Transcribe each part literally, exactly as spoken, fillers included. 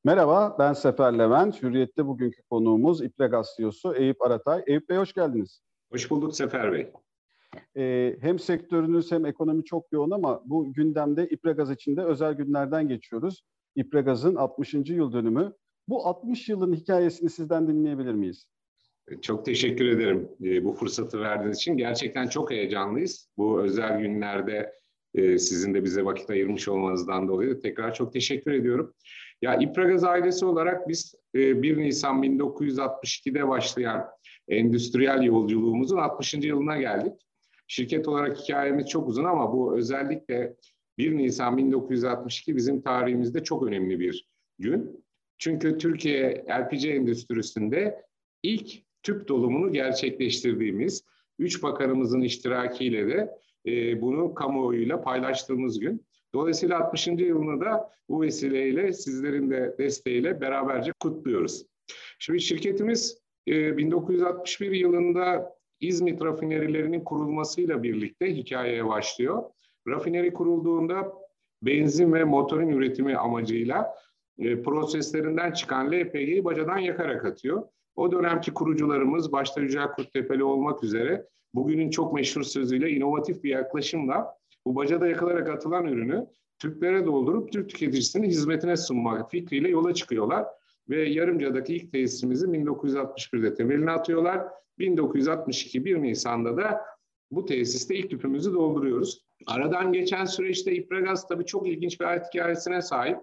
Merhaba, ben Sefer Levent. Hürriyet'te bugünkü konuğumuz İPREGAS C E O'su Eyüp Aratay. Eyüp Bey hoş geldiniz. Hoş bulduk Sefer Bey. Ee, hem sektörünüz hem ekonomi çok yoğun ama bu gündemde İPREGAS için de özel günlerden geçiyoruz. İPREGAS'ın altmışıncı yıl dönümü. Bu altmış yılın hikayesini sizden dinleyebilir miyiz? Çok teşekkür ederim bu fırsatı verdiğiniz için. Gerçekten çok heyecanlıyız. Bu özel günlerde sizin de bize vakit ayırmış olmanızdan dolayı tekrar çok teşekkür ediyorum. Ya İPREGAS ailesi olarak biz bir Nisan bin dokuz yüz altmış ikide başlayan endüstriyel yolculuğumuzun altmışıncı yılına geldik. Şirket olarak hikayemiz çok uzun ama bu özellikle bir Nisan bin dokuz yüz altmış iki bizim tarihimizde çok önemli bir gün. Çünkü Türkiye L P G endüstrisinde ilk tüp dolumunu gerçekleştirdiğimiz, üç bakanımızın iştirakiyle de e, bunu kamuoyuyla paylaştığımız gün. Dolayısıyla altmışıncı yılını da bu vesileyle sizlerin de desteğiyle beraberce kutluyoruz. Şimdi şirketimiz e, bin dokuz yüz altmış bir yılında İzmit rafinerilerinin kurulmasıyla birlikte hikayeye başlıyor. Rafineri kurulduğunda benzin ve motorin üretimi amacıyla e, proseslerinden çıkan L P G'yi bacadan yakarak atıyor. O dönemki kurucularımız başta Yücel Kurttepe'li olmak üzere bugünün çok meşhur sözüyle inovatif bir yaklaşımla bu bacada yakılarak atılan ürünü tüplere doldurup Türk tüketicisinin hizmetine sunmak fikriyle yola çıkıyorlar. Ve Yarımca'daki ilk tesisimizi bin dokuz yüz altmış birde temelini atıyorlar. bin dokuz yüz altmış iki bir Nisan'da da bu tesiste ilk tüpümüzü dolduruyoruz. Aradan geçen süreçte İPREGAS tabii çok ilginç bir hayat hikayesine sahip.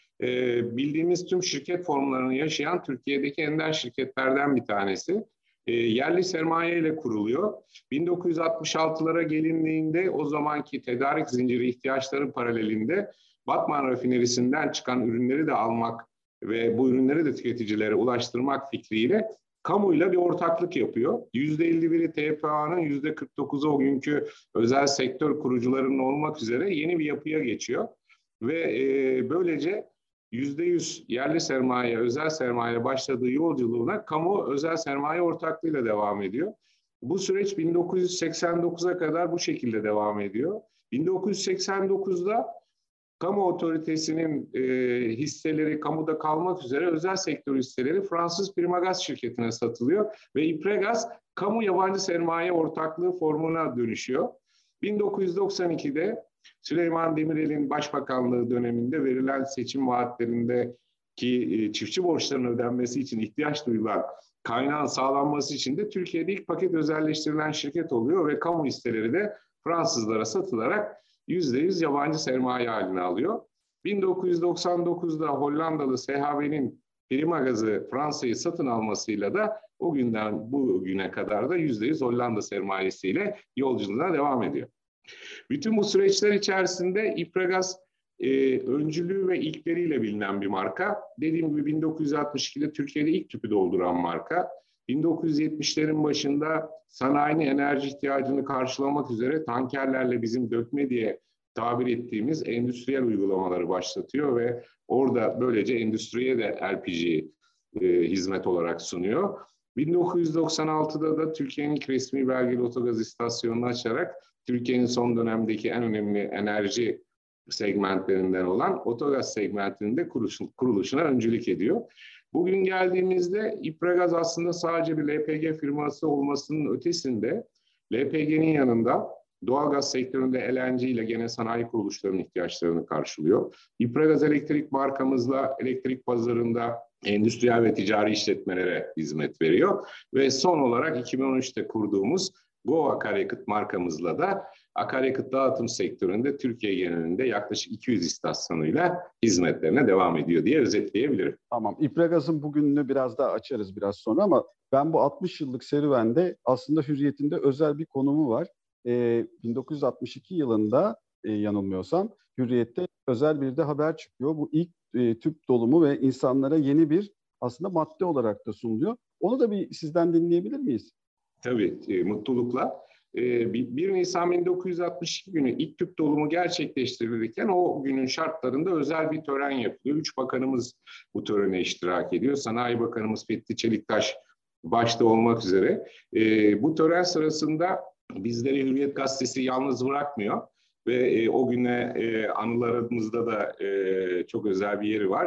Ee, bildiğimiz tüm şirket formlarını yaşayan Türkiye'deki ender şirketlerden bir tanesi. Ee, yerli sermaye ile kuruluyor. bin dokuz yüz altmış altılara gelindiğinde o zamanki tedarik zinciri ihtiyaçları paralelinde Batman rafinerisinden çıkan ürünleri de almak ve bu ürünleri de tüketicilere ulaştırmak fikriyle kamuyla bir ortaklık yapıyor. yüzde elli biri T P A'nın, yüzde kırk dokuzu o günkü özel sektör kurucularının olmak üzere yeni bir yapıya geçiyor. Ve e, böylece yüzde yüz yerli sermaye, özel sermaye başladığı yolculuğuna kamu özel sermaye ortaklığıyla devam ediyor. Bu süreç bin dokuz yüz seksen dokuza kadar bu şekilde devam ediyor. bin dokuz yüz seksen dokuzda kamu otoritesinin e, hisseleri kamuda kalmak üzere özel sektör hisseleri Fransız Primagaz şirketine satılıyor ve İPREGAS kamu yabancı sermaye ortaklığı formuna dönüşüyor. bin dokuz yüz doksan ikide Süleyman Demirel'in başbakanlığı döneminde verilen seçim vaatlerindeki çiftçi borçlarının ödenmesi için ihtiyaç duyulan kaynağın sağlanması için de Türkiye'de ilk paket özelleştirilen şirket oluyor ve kamu hisseleri de Fransızlara satılarak yüzde yüz yabancı sermaye haline alıyor. bin dokuz yüz doksan dokuzda Hollandalı S H B'nin Primagaz'ı Fransa'yı satın almasıyla da o günden bu güne kadar da yüzde yüz Hollanda sermayesiyle yolculuğuna devam ediyor. Bütün bu süreçler içerisinde İPREGAS e, öncülüğü ve ilkleriyle bilinen bir marka. Dediğim gibi bin dokuz yüz altmış ikide Türkiye'de ilk tüpü dolduran marka. bin dokuz yüz yetmişlerin başında sanayinin enerji ihtiyacını karşılamak üzere tankerlerle bizim dökme diye tabir ettiğimiz endüstriyel uygulamaları başlatıyor ve orada böylece endüstriye de L P G e, hizmet olarak sunuyor. bin dokuz yüz doksan altıda da Türkiye'nin ilk resmi belgeli otogaz istasyonunu açarak Türkiye'nin son dönemdeki en önemli enerji segmentlerinden olan otogaz segmentinin de kuruluşuna öncülük ediyor. Bugün geldiğimizde İPREGAS aslında sadece bir L P G firması olmasının ötesinde L P G'nin yanında doğalgaz sektöründe L N G ile gene sanayi kuruluşlarının ihtiyaçlarını karşılıyor. İPREGAS elektrik markamızla elektrik pazarında endüstriyel ve ticari işletmelere hizmet veriyor. Ve son olarak iki bin on üçte kurduğumuz Go Akaryakıt markamızla da akaryakıt dağıtım sektöründe Türkiye genelinde yaklaşık iki yüz istasyonuyla hizmetlerine devam ediyor diye özetleyebilirim. Tamam. İPREGAS'ın bugününü biraz daha açarız biraz sonra ama ben bu altmış yıllık serüvende aslında Hürriyet'inde özel bir konumu var. Ee, bin dokuz yüz altmış iki yılında e, yanılmıyorsam Hürriyet'te özel bir de haber çıkıyor. Bu ilk e, tüp dolumu ve insanlara yeni bir aslında madde olarak da sunuluyor. Onu da bir sizden dinleyebilir miyiz? Tabii, e, mutlulukla. E, bir Nisan bin dokuz yüz altmış iki günü ilk tüp dolumu gerçekleştirilirken o günün şartlarında özel bir tören yapılıyor. Üç bakanımız bu törene iştirak ediyor. Sanayi Bakanımız Fethi Çeliktaş başta olmak üzere. E, bu tören sırasında bizleri Hürriyet Gazetesi yalnız bırakmıyor. Ve e, o güne e, anılarımızda da e, çok özel bir yeri var.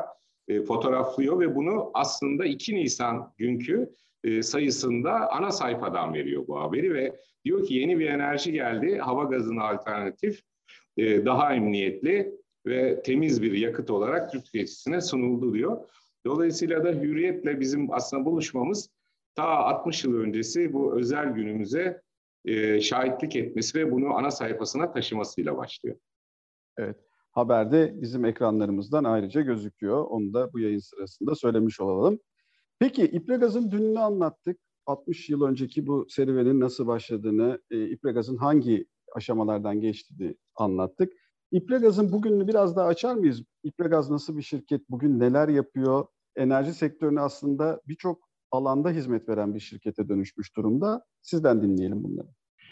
e, fotoğraflıyor ve bunu aslında iki Nisan günkü e, sayısında ana sayfadan veriyor bu haberi ve diyor ki yeni bir enerji geldi, hava gazına alternatif, e, daha emniyetli ve temiz bir yakıt olarak Türk tüketicisine sunuldu diyor. Dolayısıyla da Hürriyet'le bizim aslında buluşmamız ta altmış yıl öncesi bu özel günümüze e, şahitlik etmesi ve bunu ana sayfasına taşımasıyla başlıyor. Evet, haberde bizim ekranlarımızdan ayrıca gözüküyor. Onu da bu yayın sırasında söylemiş olalım. Peki İpregaz'ın dününü anlattık. altmış yıl önceki bu serüvenin nasıl başladığını, e, İpregaz'ın hangi aşamalardan geçtiğini anlattık. İpregaz'ın bugününü biraz daha açar mıyız? İpregaz nasıl bir şirket? Bugün neler yapıyor? Enerji sektörüne aslında birçok alanda hizmet veren bir şirkete dönüşmüş durumda. Sizden dinleyelim bunları.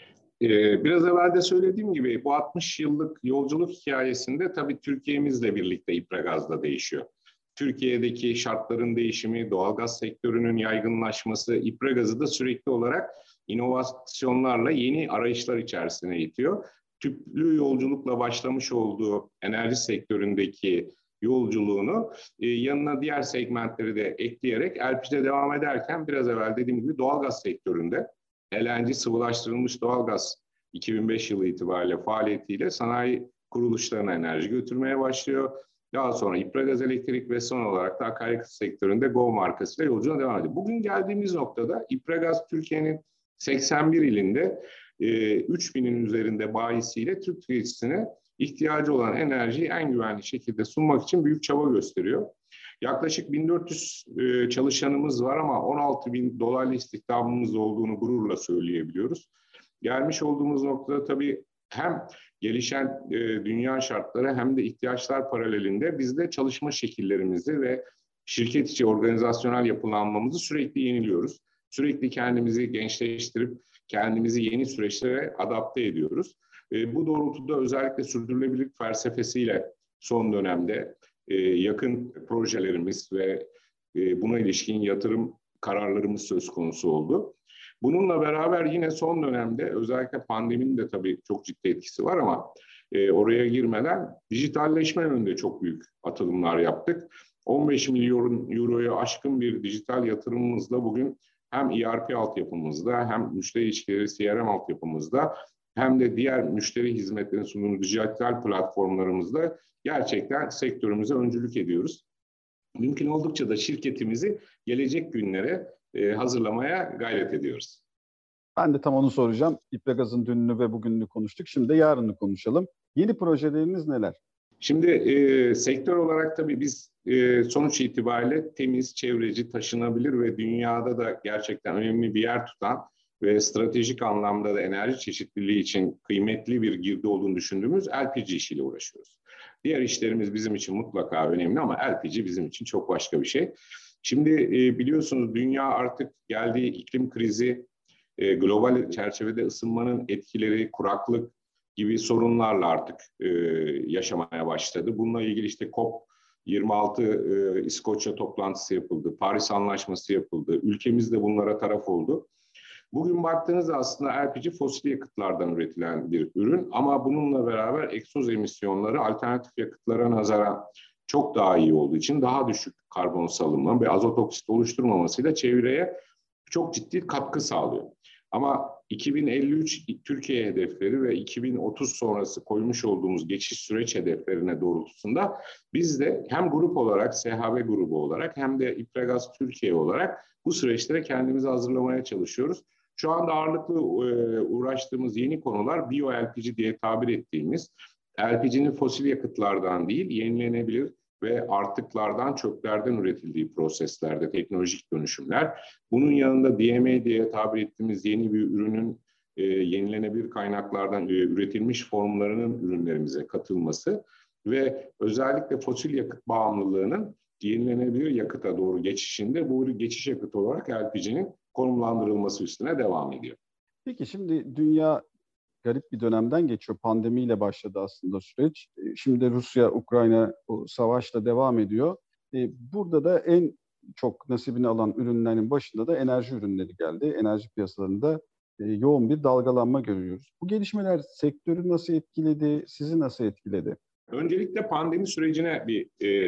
Ee, biraz evvel de söylediğim gibi bu altmış yıllık yolculuk hikayesinde tabii Türkiye'mizle birlikte İpregaz da değişiyor. Türkiye'deki şartların değişimi, doğalgaz sektörünün yaygınlaşması, İpregaz'ı da sürekli olarak inovasyonlarla yeni arayışlar içerisine itiyor. Tüplü yolculukla başlamış olduğu enerji sektöründeki yolculuğunu e, yanına diğer segmentleri de ekleyerek L P G'de devam ederken biraz evvel dediğim gibi doğalgaz sektöründe L N G sıvılaştırılmış doğalgaz iki bin beş yılı itibariyle faaliyetiyle sanayi kuruluşlarına enerji götürmeye başlıyor. Daha sonra İpregaz Elektrik ve son olarak da akaryakıt sektöründe Go markasıyla yolculuğuna devam ediyor. Bugün geldiğimiz noktada İpregaz Türkiye'nin seksen bir ilinde e, üç binin üzerinde bayisiyle Türk tüketicisine ihtiyacı olan enerjiyi en güvenli şekilde sunmak için büyük çaba gösteriyor. Yaklaşık bin dört yüz e, çalışanımız var ama on altı bin dolarlı istihdamımız olduğunu gururla söyleyebiliyoruz. Gelmiş olduğumuz noktada tabii hem gelişen e, dünya şartları hem de ihtiyaçlar paralelinde biz de çalışma şekillerimizi ve şirket içi organizasyonel yapılanmamızı sürekli yeniliyoruz. Sürekli kendimizi gençleştirip kendimizi yeni süreçlere adapte ediyoruz. E, bu doğrultuda özellikle sürdürülebilirlik felsefesiyle son dönemde e, yakın projelerimiz ve e, buna ilişkin yatırım kararlarımız söz konusu oldu. Bununla beraber yine son dönemde özellikle pandeminin de tabii çok ciddi etkisi var ama e, oraya girmeden dijitalleşme yönünde çok büyük atılımlar yaptık. on beş milyon euroya aşkın bir dijital yatırımımızla bugün hem E R P altyapımızda hem müşteri ilişkileri C R M altyapımızda hem de diğer müşteri hizmetlerini sunduğumuz dijital platformlarımızda gerçekten sektörümüze öncülük ediyoruz. Mümkün oldukça da şirketimizi gelecek günlere e, hazırlamaya gayret ediyoruz. Ben de tam onu soracağım. İpregaz'ın dününü ve bugününü konuştuk. Şimdi de yarını konuşalım. Yeni projeleriniz neler? Şimdi e, sektör olarak tabii biz e, sonuç itibariyle temiz, çevreci, taşınabilir ve dünyada da gerçekten önemli bir yer tutan ve stratejik anlamda da enerji çeşitliliği için kıymetli bir girdi olduğunu düşündüğümüz L P G işiyle uğraşıyoruz. Diğer işlerimiz bizim için mutlaka önemli ama L P G bizim için çok başka bir şey. Şimdi e, biliyorsunuz dünya artık geldiği iklim krizi, e, global çerçevede ısınmanın etkileri, kuraklık gibi sorunlarla artık e, yaşamaya başladı. Bununla ilgili işte COP yirmi altı e, İskoçya toplantısı yapıldı, Paris Anlaşması yapıldı, ülkemiz de bunlara taraf oldu. Bugün baktığınızda aslında L P G fosil yakıtlardan üretilen bir ürün ama bununla beraber egzoz emisyonları alternatif yakıtlara nazaran çok daha iyi olduğu için daha düşük karbon salımı ve azot oksit oluşturmamasıyla çevreye çok ciddi katkı sağlıyor. Ama iki bin elli üç Türkiye hedefleri ve iki bin otuz sonrası koymuş olduğumuz geçiş süreç hedeflerine doğrultusunda biz de hem grup olarak, S H B grubu olarak hem de İpregaz Türkiye olarak bu süreçlere kendimizi hazırlamaya çalışıyoruz. Şu anda ağırlıklı e, uğraştığımız yeni konular Bio L P G diye tabir ettiğimiz L P G'nin fosil yakıtlardan değil, yenilenebilir ve artıklardan, çöplerden üretildiği proseslerde teknolojik dönüşümler. Bunun yanında D M A diye tabir ettiğimiz yeni bir ürünün e, yenilenebilir kaynaklardan e, üretilmiş formlarının ürünlerimize katılması ve özellikle fosil yakıt bağımlılığının yenilenebilir yakıta doğru geçişinde bu geçiş yakıtı olarak L P G'nin konumlandırılması üstüne devam ediyor. Peki şimdi dünya garip bir dönemden geçiyor. Pandemiyle başladı aslında süreç. Şimdi Rusya-Ukrayna o savaşla devam ediyor. Burada da en çok nasibini alan ürünlerin başında da enerji ürünleri geldi. Enerji piyasalarında yoğun bir dalgalanma görüyoruz. Bu gelişmeler sektörü nasıl etkiledi, sizi nasıl etkiledi? Öncelikle pandemi sürecine bir e,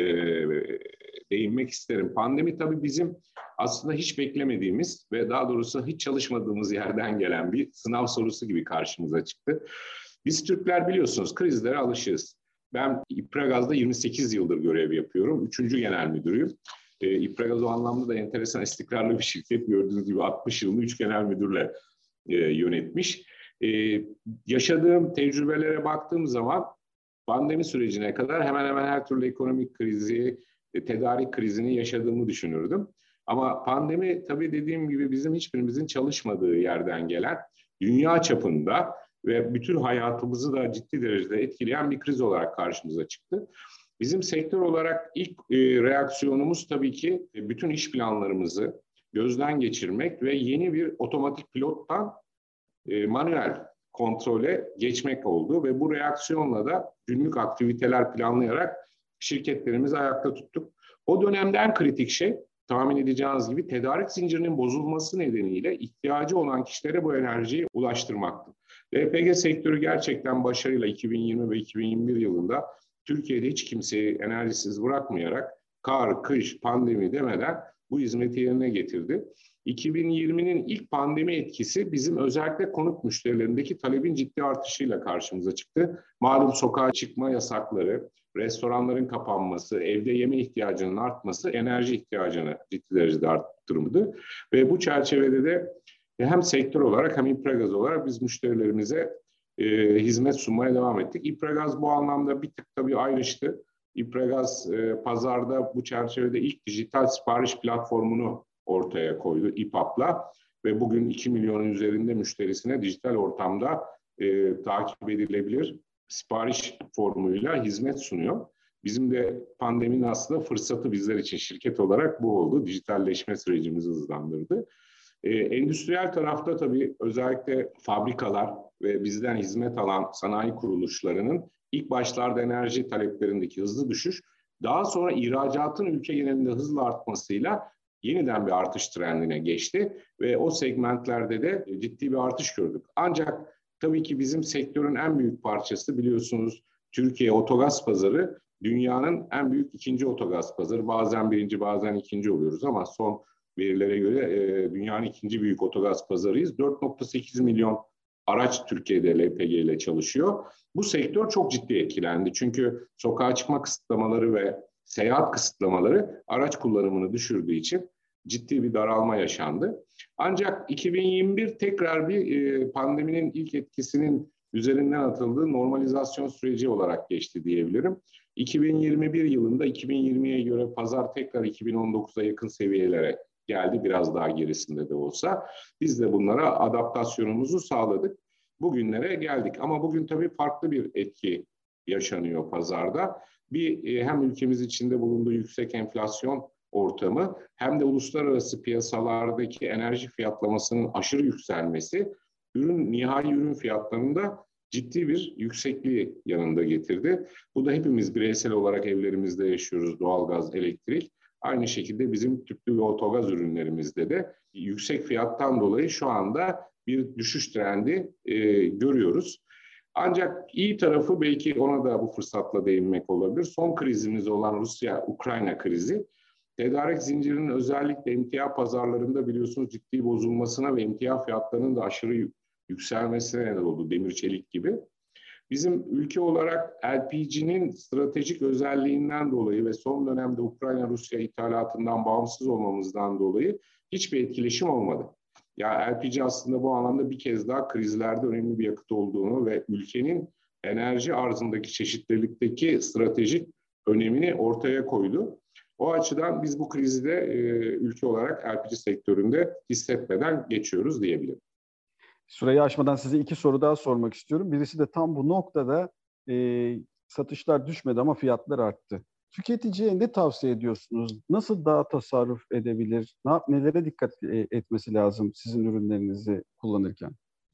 değinmek isterim. Pandemi tabii bizim aslında hiç beklemediğimiz ve daha doğrusu hiç çalışmadığımız yerden gelen bir sınav sorusu gibi karşımıza çıktı. Biz Türkler biliyorsunuz krizlere alışığız. Ben İpragaz'da yirmi sekiz yıldır görev yapıyorum. Üçüncü genel müdürüyüm. E, İpragaz o anlamda da enteresan, istikrarlı bir şirket. Gördüğünüz gibi altmış yılını üç genel müdürle e, yönetmiş. E, yaşadığım tecrübelere baktığım zaman pandemi sürecine kadar hemen hemen her türlü ekonomik krizi, e, tedarik krizini yaşadığımı düşünürdüm. Ama pandemi tabii dediğim gibi bizim hiçbirimizin çalışmadığı yerden gelen, dünya çapında ve bütün hayatımızı da ciddi derecede etkileyen bir kriz olarak karşımıza çıktı. Bizim sektör olarak ilk e, reaksiyonumuz tabii ki e, bütün iş planlarımızı gözden geçirmek ve yeni bir otomatik pilottan e, manuel kontrole geçmek oldu ve bu reaksiyonla da günlük aktiviteler planlayarak şirketlerimizi ayakta tuttuk. O dönemde en kritik şey, tahmin edeceğiniz gibi, tedarik zincirinin bozulması nedeniyle ihtiyacı olan kişilere bu enerjiyi ulaştırmaktı. L P G sektörü gerçekten başarıyla iki bin yirmi ve iki bin yirmi bir yılında Türkiye'de hiç kimseyi enerjisiz bırakmayarak kar, kış, pandemi demeden bu hizmeti yerine getirdi. iki bin yirminin ilk pandemi etkisi bizim özellikle konut müşterilerindeki talebin ciddi artışıyla karşımıza çıktı. Malum sokağa çıkma yasakları, restoranların kapanması, evde yeme ihtiyacının artması enerji ihtiyacını ciddi derecede arttırdı. Ve bu çerçevede de hem sektör olarak hem İpragaz olarak biz müşterilerimize e, hizmet sunmaya devam ettik. İpragaz bu anlamda bir tık tabii ayrıştı. İpragaz e, pazarda bu çerçevede ilk dijital sipariş platformunu ortaya koydu İ P A P'la ve bugün iki milyonun üzerinde müşterisine dijital ortamda e, takip edilebilir sipariş formuyla hizmet sunuyor. Bizim de pandeminin aslında fırsatı bizler için şirket olarak bu oldu. Dijitalleşme sürecimizi hızlandırdı. Ee, endüstriyel tarafta tabii özellikle fabrikalar ve bizden hizmet alan sanayi kuruluşlarının ilk başlarda enerji taleplerindeki hızlı düşüş, daha sonra ihracatın ülke genelinde hızla artmasıyla yeniden bir artış trendine geçti ve o segmentlerde de ciddi bir artış gördük. Ancak tabii ki bizim sektörün en büyük parçası, biliyorsunuz, Türkiye otogaz pazarı dünyanın en büyük ikinci otogaz pazarı. Bazen birinci, bazen ikinci oluyoruz ama son verilere göre e, dünyanın ikinci büyük otogaz pazarıyız. dört nokta sekiz milyon araç Türkiye'de L P G ile çalışıyor. Bu sektör çok ciddi etkilendi. Çünkü sokağa çıkma kısıtlamaları ve seyahat kısıtlamaları araç kullanımını düşürdüğü için ciddi bir daralma yaşandı. Ancak iki bin yirmi bir tekrar bir e, pandeminin ilk etkisinin üzerinden atıldığı normalizasyon süreci olarak geçti diyebilirim. iki bin yirmi bir yılında iki bin yirmiye göre pazar tekrar iki bin on dokuza yakın seviyelere geldi, biraz daha gerisinde de olsa. Biz de bunlara adaptasyonumuzu sağladık. Bugünlere geldik ama bugün tabii farklı bir etki yaşanıyor pazarda. Bir e, hem ülkemiz içinde bulunduğu yüksek enflasyon ortamı hem de uluslararası piyasalardaki enerji fiyatlamasının aşırı yükselmesi ürün nihai ürün fiyatlarında ciddi bir yüksekliği yanında getirdi. Bu da hepimiz bireysel olarak evlerimizde yaşıyoruz, doğalgaz, elektrik. Aynı şekilde bizim tüplü ve otogaz ürünlerimizde de yüksek fiyattan dolayı şu anda bir düşüş trendi e, görüyoruz. Ancak iyi tarafı, belki ona da bu fırsatla değinmek olabilir. Son krizimiz olan Rusya-Ukrayna krizi, tedarik zincirinin özellikle emtia pazarlarında biliyorsunuz ciddi bozulmasına ve emtia fiyatlarının da aşırı yükselmesine neden oldu, demir çelik gibi. Bizim ülke olarak L P G'nin stratejik özelliğinden dolayı ve son dönemde Ukrayna-Rusya ithalatından bağımsız olmamızdan dolayı hiçbir etkileşim olmadı. Ya L P G aslında bu anlamda bir kez daha krizlerde önemli bir yakıt olduğunu ve ülkenin enerji arzındaki çeşitlilikteki stratejik önemini ortaya koydu. O açıdan biz bu krizi de e, ülke olarak L P G sektöründe hissetmeden geçiyoruz diyebilirim. Süreyi aşmadan size iki soru daha sormak istiyorum. Birisi de tam bu noktada e, satışlar düşmedi ama fiyatlar arttı. Tüketiciye ne tavsiye ediyorsunuz? Nasıl daha tasarruf edebilir? Ne yap, nelere dikkat etmesi lazım sizin ürünlerinizi kullanırken?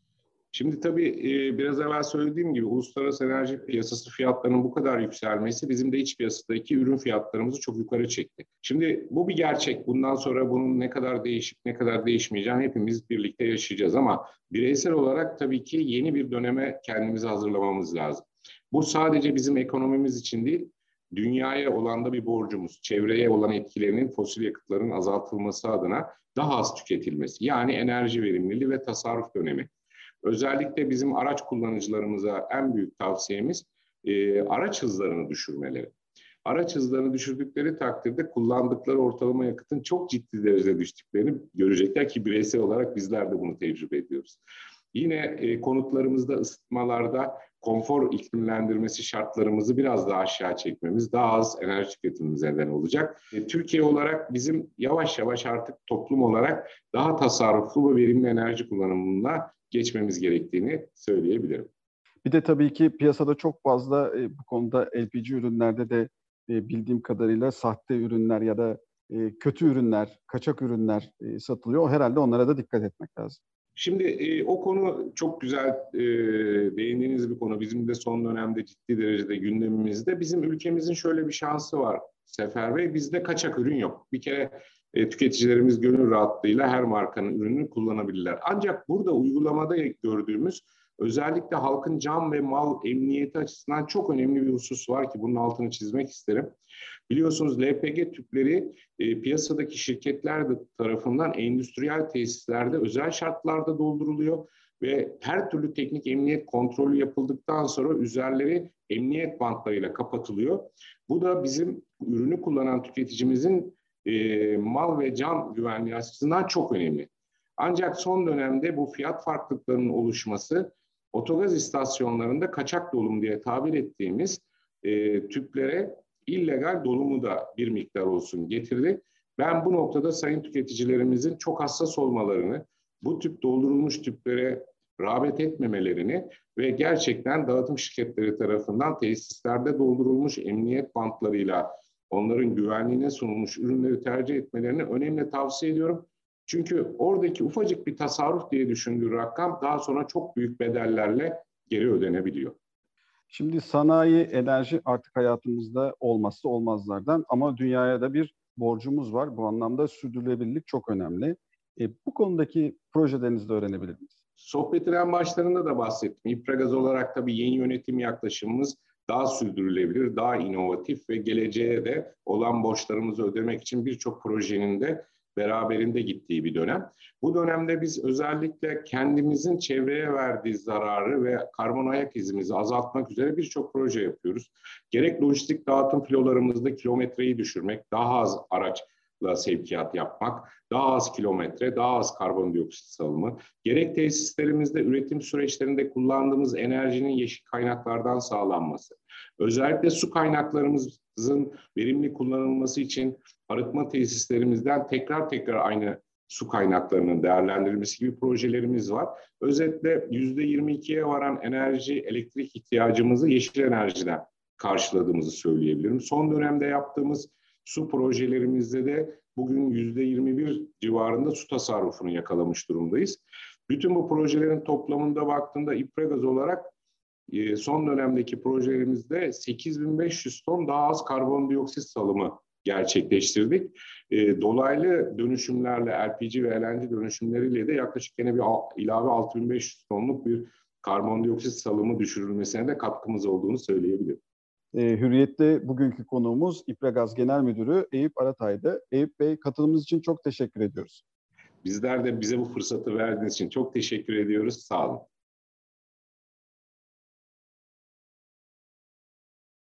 Şimdi tabii e, biraz evvel söylediğim gibi uluslararası enerji piyasası fiyatlarının bu kadar yükselmesi bizim de iç piyasadaki ürün fiyatlarımızı çok yukarı çekti. Şimdi bu bir gerçek. Bundan sonra bunun ne kadar değişip ne kadar değişmeyeceğini hepimiz birlikte yaşayacağız ama bireysel olarak tabii ki yeni bir döneme kendimizi hazırlamamız lazım. Bu sadece bizim ekonomimiz için değil, dünyaya olan da bir borcumuz. Çevreye olan etkilerinin fosil yakıtların azaltılması adına daha az tüketilmesi. Yani enerji verimliliği ve tasarruf dönemi. Özellikle bizim araç kullanıcılarımıza en büyük tavsiyemiz e, araç hızlarını düşürmeleri. Araç hızlarını düşürdükleri takdirde kullandıkları ortalama yakıtın çok ciddi derecede düştüklerini görecekler ki bireysel olarak bizler de bunu tecrübe ediyoruz. Yine e, konutlarımızda, ısıtmalarda konfor iklimlendirmesi şartlarımızı biraz daha aşağı çekmemiz, daha az enerji tüketimimize neden olacak. E, Türkiye olarak bizim yavaş yavaş artık toplum olarak daha tasarruflu ve verimli enerji kullanımına geçmemiz gerektiğini söyleyebilirim. Bir de tabii ki piyasada çok fazla e, bu konuda L P G ürünlerde de e, bildiğim kadarıyla sahte ürünler ya da e, kötü ürünler, kaçak ürünler e, satılıyor. Herhalde onlara da dikkat etmek lazım. Şimdi e, o konu çok güzel e, değindiğiniz bir konu. Bizim de son dönemde ciddi derecede gündemimizde. Bizim ülkemizin şöyle bir şansı var Sefer Bey. Bizde kaçak ürün yok. Bir kere e, tüketicilerimiz gönül rahatlığıyla her markanın ürününü kullanabilirler. Ancak burada uygulamada gördüğümüz özellikle halkın can ve mal emniyeti açısından çok önemli bir husus var ki bunun altını çizmek isterim. Biliyorsunuz L P G tüpleri e, piyasadaki şirketler tarafından endüstriyel tesislerde özel şartlarda dolduruluyor ve her türlü teknik emniyet kontrolü yapıldıktan sonra üzerleri emniyet bantlarıyla kapatılıyor. Bu da bizim ürünü kullanan tüketicimizin e, mal ve can güvenliği açısından çok önemli. Ancak son dönemde bu fiyat farklılıklarının oluşması otogaz istasyonlarında kaçak dolum diye tabir ettiğimiz e, tüplere illegal dolumu da bir miktar olsun getirdi. Ben bu noktada sayın tüketicilerimizin çok hassas olmalarını, bu tüp doldurulmuş tüplere rağbet etmemelerini ve gerçekten dağıtım şirketleri tarafından tesislerde doldurulmuş emniyet bantlarıyla onların güvenliğine sunulmuş ürünleri tercih etmelerini önemli tavsiye ediyorum. Çünkü oradaki ufacık bir tasarruf diye düşündüğü rakam daha sonra çok büyük bedellerle geri ödenebiliyor. Şimdi sanayi, enerji artık hayatımızda olmazsa olmazlardan ama dünyaya da bir borcumuz var. Bu anlamda sürdürülebilirlik çok önemli. E, bu konudaki projelerinizi de öğrenebilir miyiz? Sohbetin en başlarında da bahsettim. İpragaz olarak tabii yeni yönetim yaklaşımımız daha sürdürülebilir, daha inovatif ve geleceğe de olan borçlarımızı ödemek için birçok projenin de beraberinde gittiği bir dönem. Bu dönemde biz özellikle kendimizin çevreye verdiği zararı ve karbon ayak izimizi azaltmak üzere birçok proje yapıyoruz. Gerek lojistik dağıtım filolarımızda kilometreyi düşürmek, daha az araçla sevkiyat yapmak, daha az kilometre, daha az karbondioksit salımı, gerek tesislerimizde üretim süreçlerinde kullandığımız enerjinin yeşil kaynaklardan sağlanması, özellikle su kaynaklarımızın verimli kullanılması için arıtma tesislerimizden tekrar tekrar aynı su kaynaklarının değerlendirilmesi gibi projelerimiz var. Özetle yüzde yirmi ikiye varan enerji, elektrik ihtiyacımızı yeşil enerjiden karşıladığımızı söyleyebilirim. Son dönemde yaptığımız su projelerimizde de bugün yüzde yirmi bir civarında su tasarrufunu yakalamış durumdayız. Bütün bu projelerin toplamında baktığında İpragaz olarak son dönemdeki projelerimizde sekiz bin beş yüz ton daha az karbondioksit salımı gerçekleştirdik. E, dolaylı dönüşümlerle L P G ve L N G dönüşümleriyle de yaklaşık yine bir ilave altı bin beş yüz tonluk bir karbondioksit salımı düşürülmesine de katkımız olduğunu söyleyebilirim. E, Hürriyet'te bugünkü konuğumuz İpragaz Genel Müdürü Eyüp Aratay'dı. Eyüp Bey, katılımınız için çok teşekkür ediyoruz. Bizler de bize bu fırsatı verdiğiniz için çok teşekkür ediyoruz. Sağ olun.